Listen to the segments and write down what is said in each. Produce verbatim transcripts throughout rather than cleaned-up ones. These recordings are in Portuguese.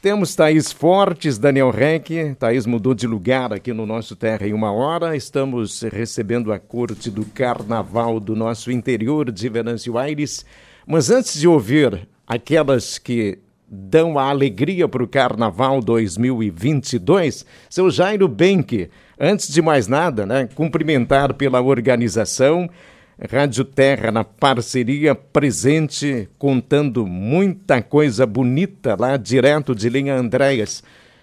Temos Thaís Fortes, Daniel Reck. Thaís mudou de lugar aqui no nosso Terra em uma hora. Estamos recebendo a corte do carnaval do nosso interior de Venâncio Aires. Mas antes de ouvir aquelas que dão a alegria para o Carnaval dois mil e vinte e dois, seu Jairo Benck, antes de mais nada, né, cumprimentar pela organização, Rádio Terra na parceria presente, contando muita coisa bonita lá direto de Linha Andréas.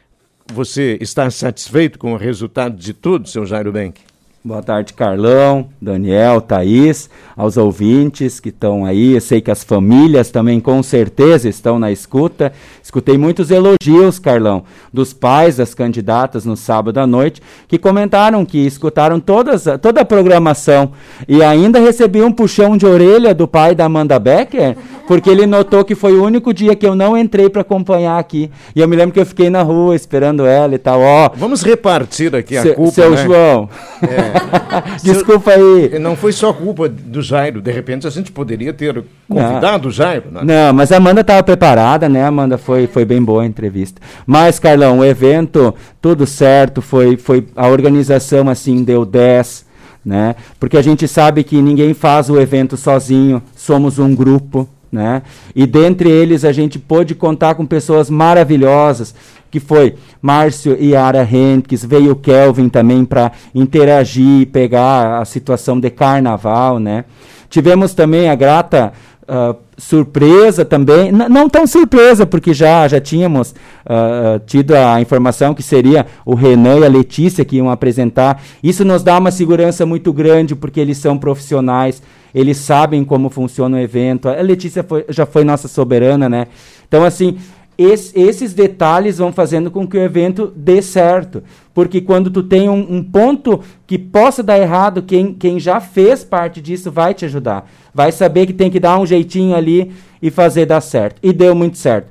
Você está satisfeito com o resultado de tudo, seu Jairo Benck? Boa tarde, Carlão, Daniel, Thaís, aos ouvintes que estão aí. Eu sei que as famílias também com certeza estão na escuta. Escutei muitos elogios, Carlão, dos pais das candidatas no sábado à noite, que comentaram que escutaram todas, toda a programação. E ainda recebi um puxão de orelha do pai da Amanda Becker, porque ele notou que foi o único dia que eu não entrei para acompanhar aqui. E eu me lembro que eu fiquei na rua esperando ela e tal. Ó, vamos repartir aqui a se, culpa, seu né? João. É. Desculpa aí. Não foi só culpa do Jairo. De repente a gente poderia ter convidado não. o Jairo. Né? Não, mas a Amanda estava preparada, né, Amanda? Foi, foi bem boa a entrevista. Mas, Carlão, o evento, tudo certo. Foi, foi, a organização, assim, deu dez, né? Porque a gente sabe que ninguém faz o evento sozinho. Somos um grupo, né? E dentre eles a gente pôde contar com pessoas maravilhosas, que foi Márcio e Ara Henriques, veio o Kelvin também para interagir, pegar a situação de carnaval, né? Tivemos também a grata uh, surpresa também, N- não tão surpresa, porque já, já tínhamos uh, tido a informação que seria o Renan e a Letícia que iam apresentar. Isso nos dá uma segurança muito grande, porque eles são profissionais, eles sabem como funciona o evento. A Letícia foi, já foi nossa soberana, né? Então, assim, esse, esses detalhes vão fazendo com que o evento dê certo. Porque quando tu tem um, um ponto que possa dar errado, quem, quem já fez parte disso vai te ajudar. Vai saber que tem que dar um jeitinho ali e fazer dar certo. E deu muito certo.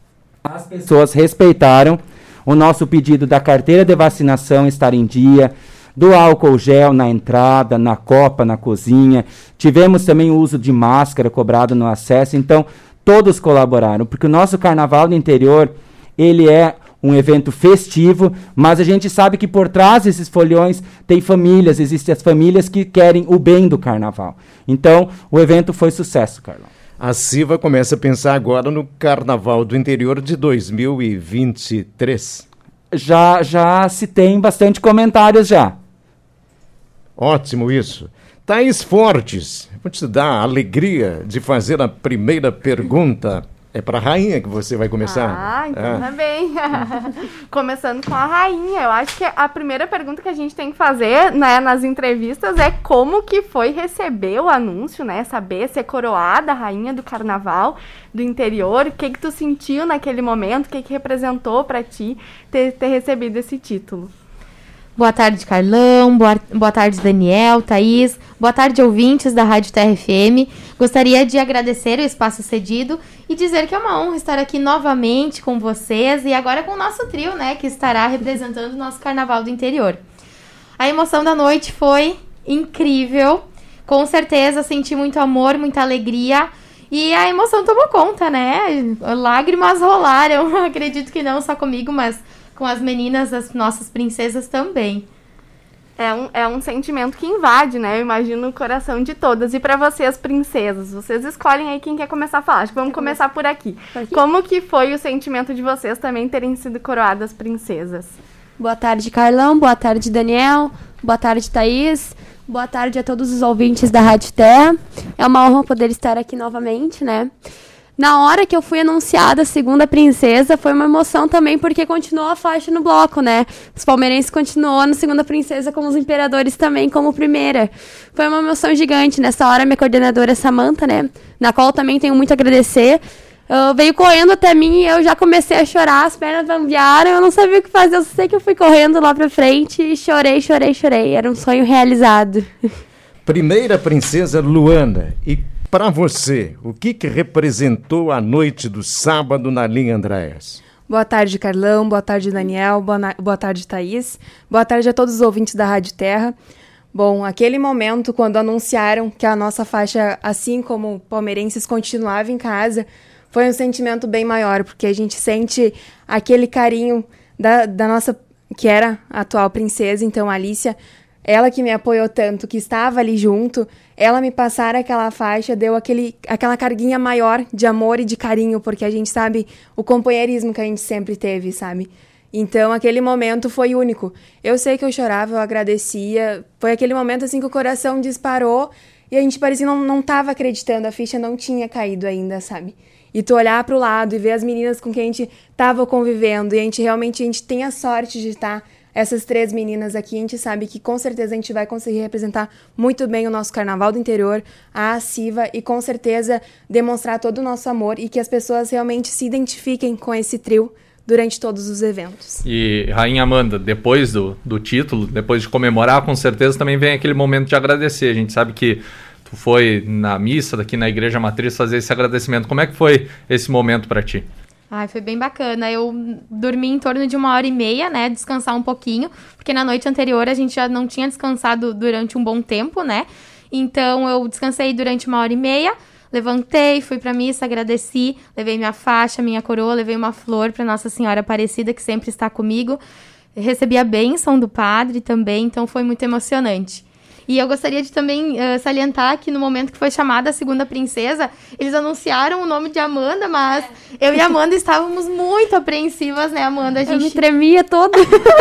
As pessoas respeitaram o nosso pedido da carteira de vacinação estar em dia, do álcool gel na entrada, na copa, na cozinha. Tivemos também o uso de máscara cobrado no acesso. Então, todos colaboraram, porque o nosso Carnaval do Interior, ele é um evento festivo, mas a gente sabe que por trás desses foliões tem famílias, existem as famílias que querem o bem do Carnaval. Então, o evento foi sucesso, Carlão. A Silva começa a pensar agora no Carnaval do Interior de dois mil e vinte e três. Já, já se tem bastante comentários já. Ótimo isso. Thaís Fortes, vou te dar a alegria de fazer a primeira pergunta. É para a rainha que você vai começar? Ah, então é. tá bem. Começando com a rainha, eu acho que a primeira pergunta que a gente tem que fazer, né, nas entrevistas é como que foi receber o anúncio, né, saber ser coroada a rainha do Carnaval do Interior, o que que tu sentiu naquele momento, o que que representou para ti ter, ter recebido esse título. Boa tarde, Carlão. Boa, boa tarde, Daniel, Thaís. Boa tarde, ouvintes da Rádio Terra F M. Gostaria de agradecer o espaço cedido e dizer que é uma honra estar aqui novamente com vocês e agora com o nosso trio, né, que estará representando o nosso Carnaval do Interior. A emoção da noite foi incrível. Com certeza senti muito amor, muita alegria e a emoção tomou conta, né? Lágrimas rolaram. Acredito que não só comigo, mas com as meninas, as nossas princesas também. É um, é um sentimento que invade, né? Eu imagino o coração de todas. E para vocês, princesas, vocês escolhem aí quem quer começar a falar. Acho que vamos começar por aqui. por aqui. Como que foi o sentimento de vocês também terem sido coroadas princesas? Boa tarde, Carlão. Boa tarde, Daniel. Boa tarde, Thaís. Boa tarde a todos os ouvintes da Rádio Terra. É uma honra poder estar aqui novamente, né? Na hora que eu fui anunciada a segunda princesa, foi uma emoção também, porque continuou a faixa no bloco, né? Os palmeirenses continuou na segunda princesa, como os imperadores também, como primeira. Foi uma emoção gigante. Nessa hora, minha coordenadora Samantha, né? Na qual também tenho muito a agradecer, uh, veio correndo até mim e eu já comecei a chorar, as pernas bambearam, eu não sabia o que fazer, eu sei que eu fui correndo lá pra frente e chorei, chorei, chorei. Era um sonho realizado. Primeira princesa Luana, e para você, o que, que representou a noite do sábado na Linha Andréas? Boa tarde, Carlão. Boa tarde, Daniel. Boa, na... Boa tarde, Thaís. Boa tarde a todos os ouvintes da Rádio Terra. Bom, aquele momento quando anunciaram que a nossa faixa, assim como palmeirenses, continuava em casa, foi um sentimento bem maior, porque a gente sente aquele carinho da, da nossa, que era a atual princesa, então a Alicia, ela que me apoiou tanto, que estava ali junto, ela me passar aquela faixa, deu aquele, aquela carguinha maior de amor e de carinho, porque a gente sabe o companheirismo que a gente sempre teve, sabe? Então, aquele momento foi único. Eu sei que eu chorava, eu agradecia, foi aquele momento assim que o coração disparou e a gente parecia não, não tava acreditando, a ficha não tinha caído ainda, sabe? E tu olhar pro lado e ver as meninas com quem a gente tava convivendo, e a gente realmente a gente tem a sorte de estar essas três meninas aqui, a gente sabe que com certeza a gente vai conseguir representar muito bem o nosso Carnaval do Interior, a Siva, e com certeza demonstrar todo o nosso amor e que as pessoas realmente se identifiquem com esse trio durante todos os eventos. E, Rainha Amanda, depois do, do título, depois de comemorar, com certeza também vem aquele momento de agradecer. A gente sabe que tu foi na missa daqui na Igreja Matriz fazer esse agradecimento. Como é que foi esse momento para ti? Ai, foi bem bacana. Eu dormi em torno de uma hora e meia, né? Descansar um pouquinho, porque na noite anterior a gente já não tinha descansado durante um bom tempo, né? Então eu descansei durante uma hora e meia, levantei, fui pra missa, agradeci, levei minha faixa, minha coroa, levei uma flor pra Nossa Senhora Aparecida, que sempre está comigo. Recebi a bênção do padre também, então foi muito emocionante. E eu gostaria de também uh, salientar que no momento que foi chamada a segunda princesa, eles anunciaram o nome de Amanda, mas é. eu e a Amanda estávamos muito apreensivas, né, Amanda? A gente... Eu me tremia toda.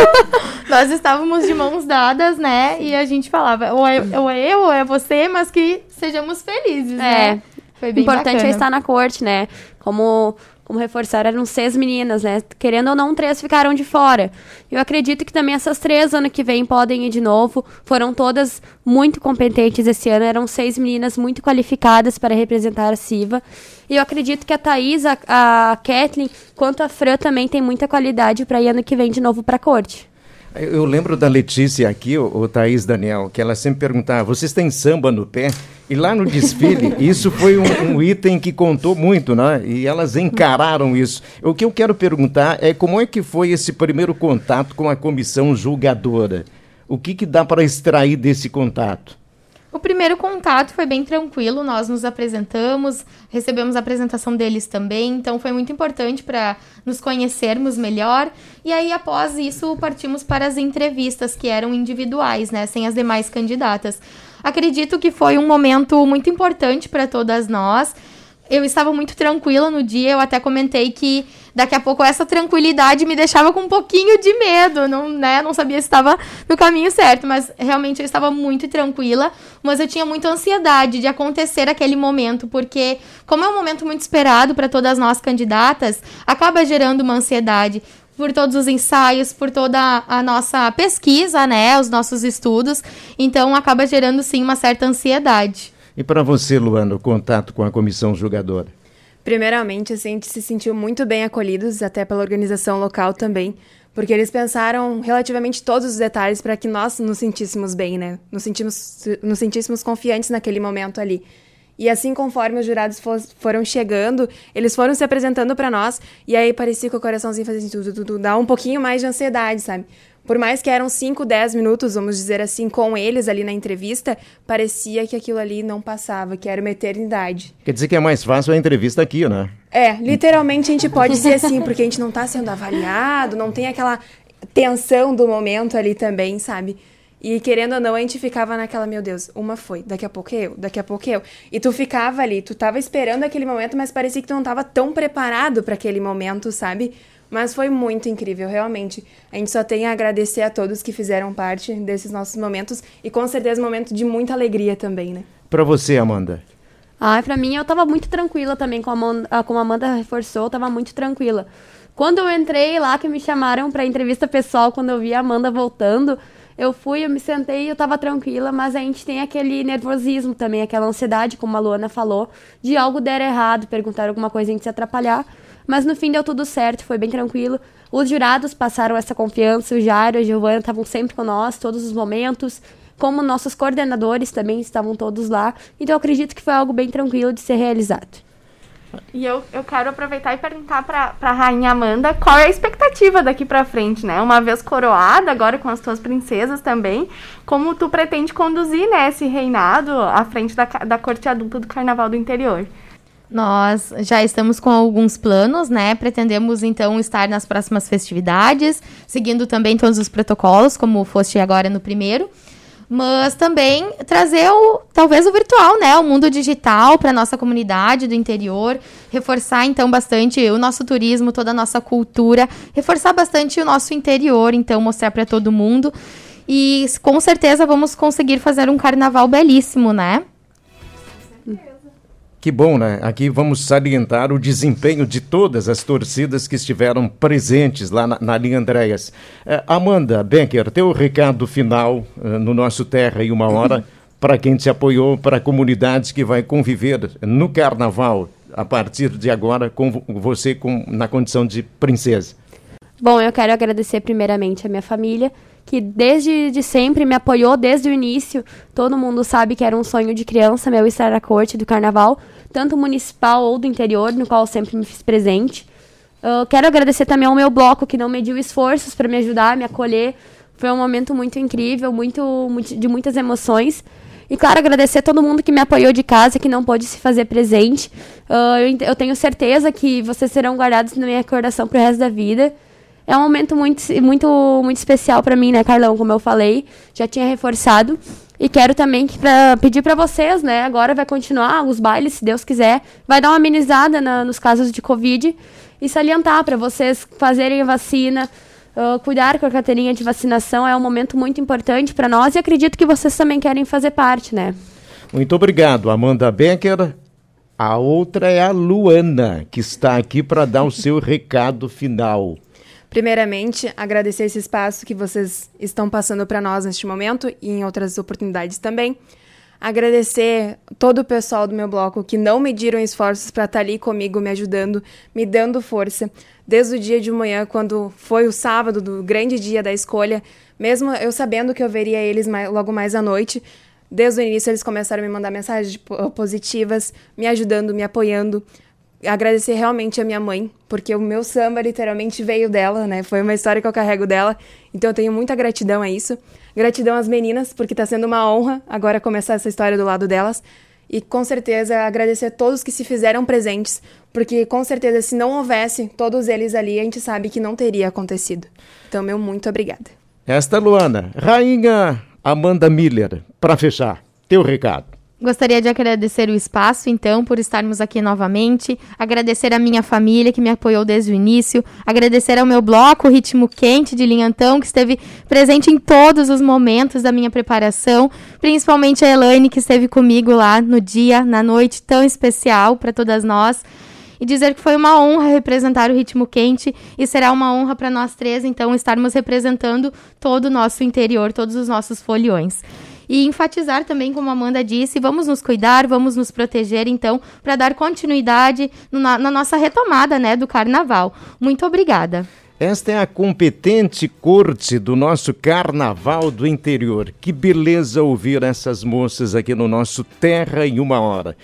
Nós estávamos de mãos dadas, né, e a gente falava, ou é, ou é eu ou é você, mas que sejamos felizes, é. né? Foi bem importante bacana. É estar na corte, né? Como... Como reforçar, eram seis meninas, né? Querendo ou não, três ficaram de fora. Eu acredito que também essas três, ano que vem, podem ir de novo. Foram todas muito competentes esse ano. Eram seis meninas muito qualificadas para representar a Siva. E eu acredito que a Thaís, a, a Kathleen, quanto a Fran, também tem muita qualidade para ir ano que vem de novo para a corte. Eu lembro da Letícia aqui, o, o Thaís Daniel, que ela sempre perguntava, vocês têm samba no pé? E lá no desfile, isso foi um, um item que contou muito, né? E elas encararam isso. O que eu quero perguntar é como é que foi esse primeiro contato com a comissão julgadora? O que, que dá para extrair desse contato? O primeiro contato foi bem tranquilo, nós nos apresentamos, recebemos a apresentação deles também, então foi muito importante para nos conhecermos melhor. E aí, após isso, partimos para as entrevistas, que eram individuais, né, sem as demais candidatas. Acredito que foi um momento muito importante para todas nós. Eu estava muito tranquila no dia, eu até comentei que daqui a pouco essa tranquilidade me deixava com um pouquinho de medo, não, né? Não sabia se estava no caminho certo, mas realmente eu estava muito tranquila, mas eu tinha muita ansiedade de acontecer aquele momento, porque como é um momento muito esperado para todas nós candidatas, acaba gerando uma ansiedade por todos os ensaios, por toda a nossa pesquisa, né? Os nossos estudos, então acaba gerando sim uma certa ansiedade. E para você, Luana, o contato com a comissão julgadora? Primeiramente, assim, a gente se sentiu muito bem acolhidos, até pela organização local também, porque eles pensaram relativamente todos os detalhes para que nós nos sentíssemos bem, né? Nos, sentimos, nos sentíssemos confiantes naquele momento ali. E assim, conforme os jurados for, foram chegando, eles foram se apresentando para nós, e aí parecia que o coraçãozinho fazia assim, tudo, tudo, dá um pouquinho mais de ansiedade, sabe? Por mais que eram cinco, dez minutos, vamos dizer assim, com eles ali na entrevista, parecia que aquilo ali não passava, que era uma eternidade. Quer dizer que é mais fácil a entrevista aqui, né? É, literalmente a gente pode dizer assim, porque a gente não tá sendo avaliado, não tem aquela tensão do momento ali também, sabe? E querendo ou não, a gente ficava naquela, meu Deus, uma foi, daqui a pouco eu, daqui a pouco eu. E tu ficava ali, tu tava esperando aquele momento, mas parecia que tu não tava tão preparado para aquele momento, sabe? Mas foi muito incrível, realmente. A gente só tem a agradecer a todos que fizeram parte desses nossos momentos e com certeza um momento de muita alegria também, né? Para você, Amanda? Ah, pra mim eu tava muito tranquila também, como a Amanda, como a Amanda reforçou, eu tava muito tranquila. Quando eu entrei lá, que me chamaram pra entrevista pessoal, quando eu vi a Amanda voltando, eu fui, eu me sentei e eu tava tranquila, mas a gente tem aquele nervosismo também, aquela ansiedade, como a Luana falou, de algo der errado, perguntar alguma coisa e a gente se atrapalhar. Mas no fim deu tudo certo, foi bem tranquilo. Os jurados passaram essa confiança, o Jairo e a Giovana estavam sempre com nós, todos os momentos. Como nossos coordenadores também estavam todos lá. Então eu acredito que foi algo bem tranquilo de ser realizado. E eu, eu quero aproveitar e perguntar para a Rainha Amanda qual é a expectativa daqui para frente, né? Uma vez coroada, agora com as tuas princesas também, como tu pretende conduzir, né, esse reinado à frente da, da corte adulta do Carnaval do Interior? Nós já estamos com alguns planos, né? Pretendemos, então, estar nas próximas festividades, seguindo também todos os protocolos, como foste agora no primeiro. Mas também trazer, o, talvez, o virtual, né? O mundo digital para a nossa comunidade do interior. Reforçar, então, bastante o nosso turismo, toda a nossa cultura. Reforçar bastante o nosso interior, então, mostrar para todo mundo. E, com certeza, vamos conseguir fazer um carnaval belíssimo, né? Que bom, né? Aqui vamos salientar o desempenho de todas as torcidas que estiveram presentes lá na, na linha Andréas. Uh, Amanda Becker, teu recado final uh, no nosso Terra em Uma Hora para quem te apoiou, para a comunidade que vai conviver no Carnaval a partir de agora com você com, na condição de princesa. Bom, eu quero agradecer primeiramente a minha família, que desde de sempre me apoiou desde o início. Todo mundo sabe que era um sonho de criança meu estar na corte do carnaval, tanto municipal ou do interior, no qual eu sempre me fiz presente. Uh, quero agradecer também ao meu bloco, que não mediu esforços para me ajudar, me acolher. Foi um momento muito incrível, muito, muito, de muitas emoções. E, claro, agradecer a todo mundo que me apoiou de casa, que não pôde se fazer presente. Uh, eu, eu tenho certeza que vocês serão guardados na minha recordação pro resto da vida. É um momento muito, muito, muito especial para mim, né, Carlão? Como eu falei, já tinha reforçado. E quero também que pra, pedir para vocês, né, agora vai continuar os bailes, se Deus quiser. Vai dar uma amenizada na, nos casos de Covid. E salientar para vocês fazerem a vacina, uh, cuidar com a carteirinha de vacinação. É um momento muito importante para nós e acredito que vocês também querem fazer parte, né? Muito obrigado, Amanda Becker. A outra é a Luana, que está aqui para dar o seu recado final. Primeiramente, agradecer esse espaço que vocês estão passando para nós neste momento e em outras oportunidades também. Agradecer todo o pessoal do meu bloco que não mediram esforços para estar ali comigo, me ajudando, me dando força. Desde o dia de manhã, quando foi o sábado, do grande dia da escolha, mesmo eu sabendo que eu veria eles mais, logo mais à noite, desde o início eles começaram a me mandar mensagens positivas, me ajudando, me apoiando. Agradecer realmente a minha mãe, porque o meu samba literalmente veio dela, né? Foi uma história que eu carrego dela, então eu tenho muita gratidão a isso. Gratidão às meninas, porque está sendo uma honra agora começar essa história do lado delas. E com certeza agradecer a todos que se fizeram presentes, porque com certeza se não houvesse todos eles ali, a gente sabe que não teria acontecido. Então, meu muito obrigada. Esta Luana, Rainha Amanda Miller, para fechar, teu recado. Gostaria de agradecer o espaço, então, por estarmos aqui novamente, agradecer a minha família, que me apoiou desde o início, agradecer ao meu bloco Ritmo Quente de Linhantão, que esteve presente em todos os momentos da minha preparação, principalmente a Elaine, que esteve comigo lá no dia, na noite tão especial para todas nós, e dizer que foi uma honra representar o Ritmo Quente, e será uma honra para nós três, então, estarmos representando todo o nosso interior, todos os nossos foliões. E enfatizar também, como a Amanda disse, vamos nos cuidar, vamos nos proteger, então, para dar continuidade na, na nossa retomada, né, do Carnaval. Muito obrigada. Esta é a competente corte do nosso Carnaval do Interior. Que beleza ouvir essas moças aqui no nosso Terra em Uma Hora.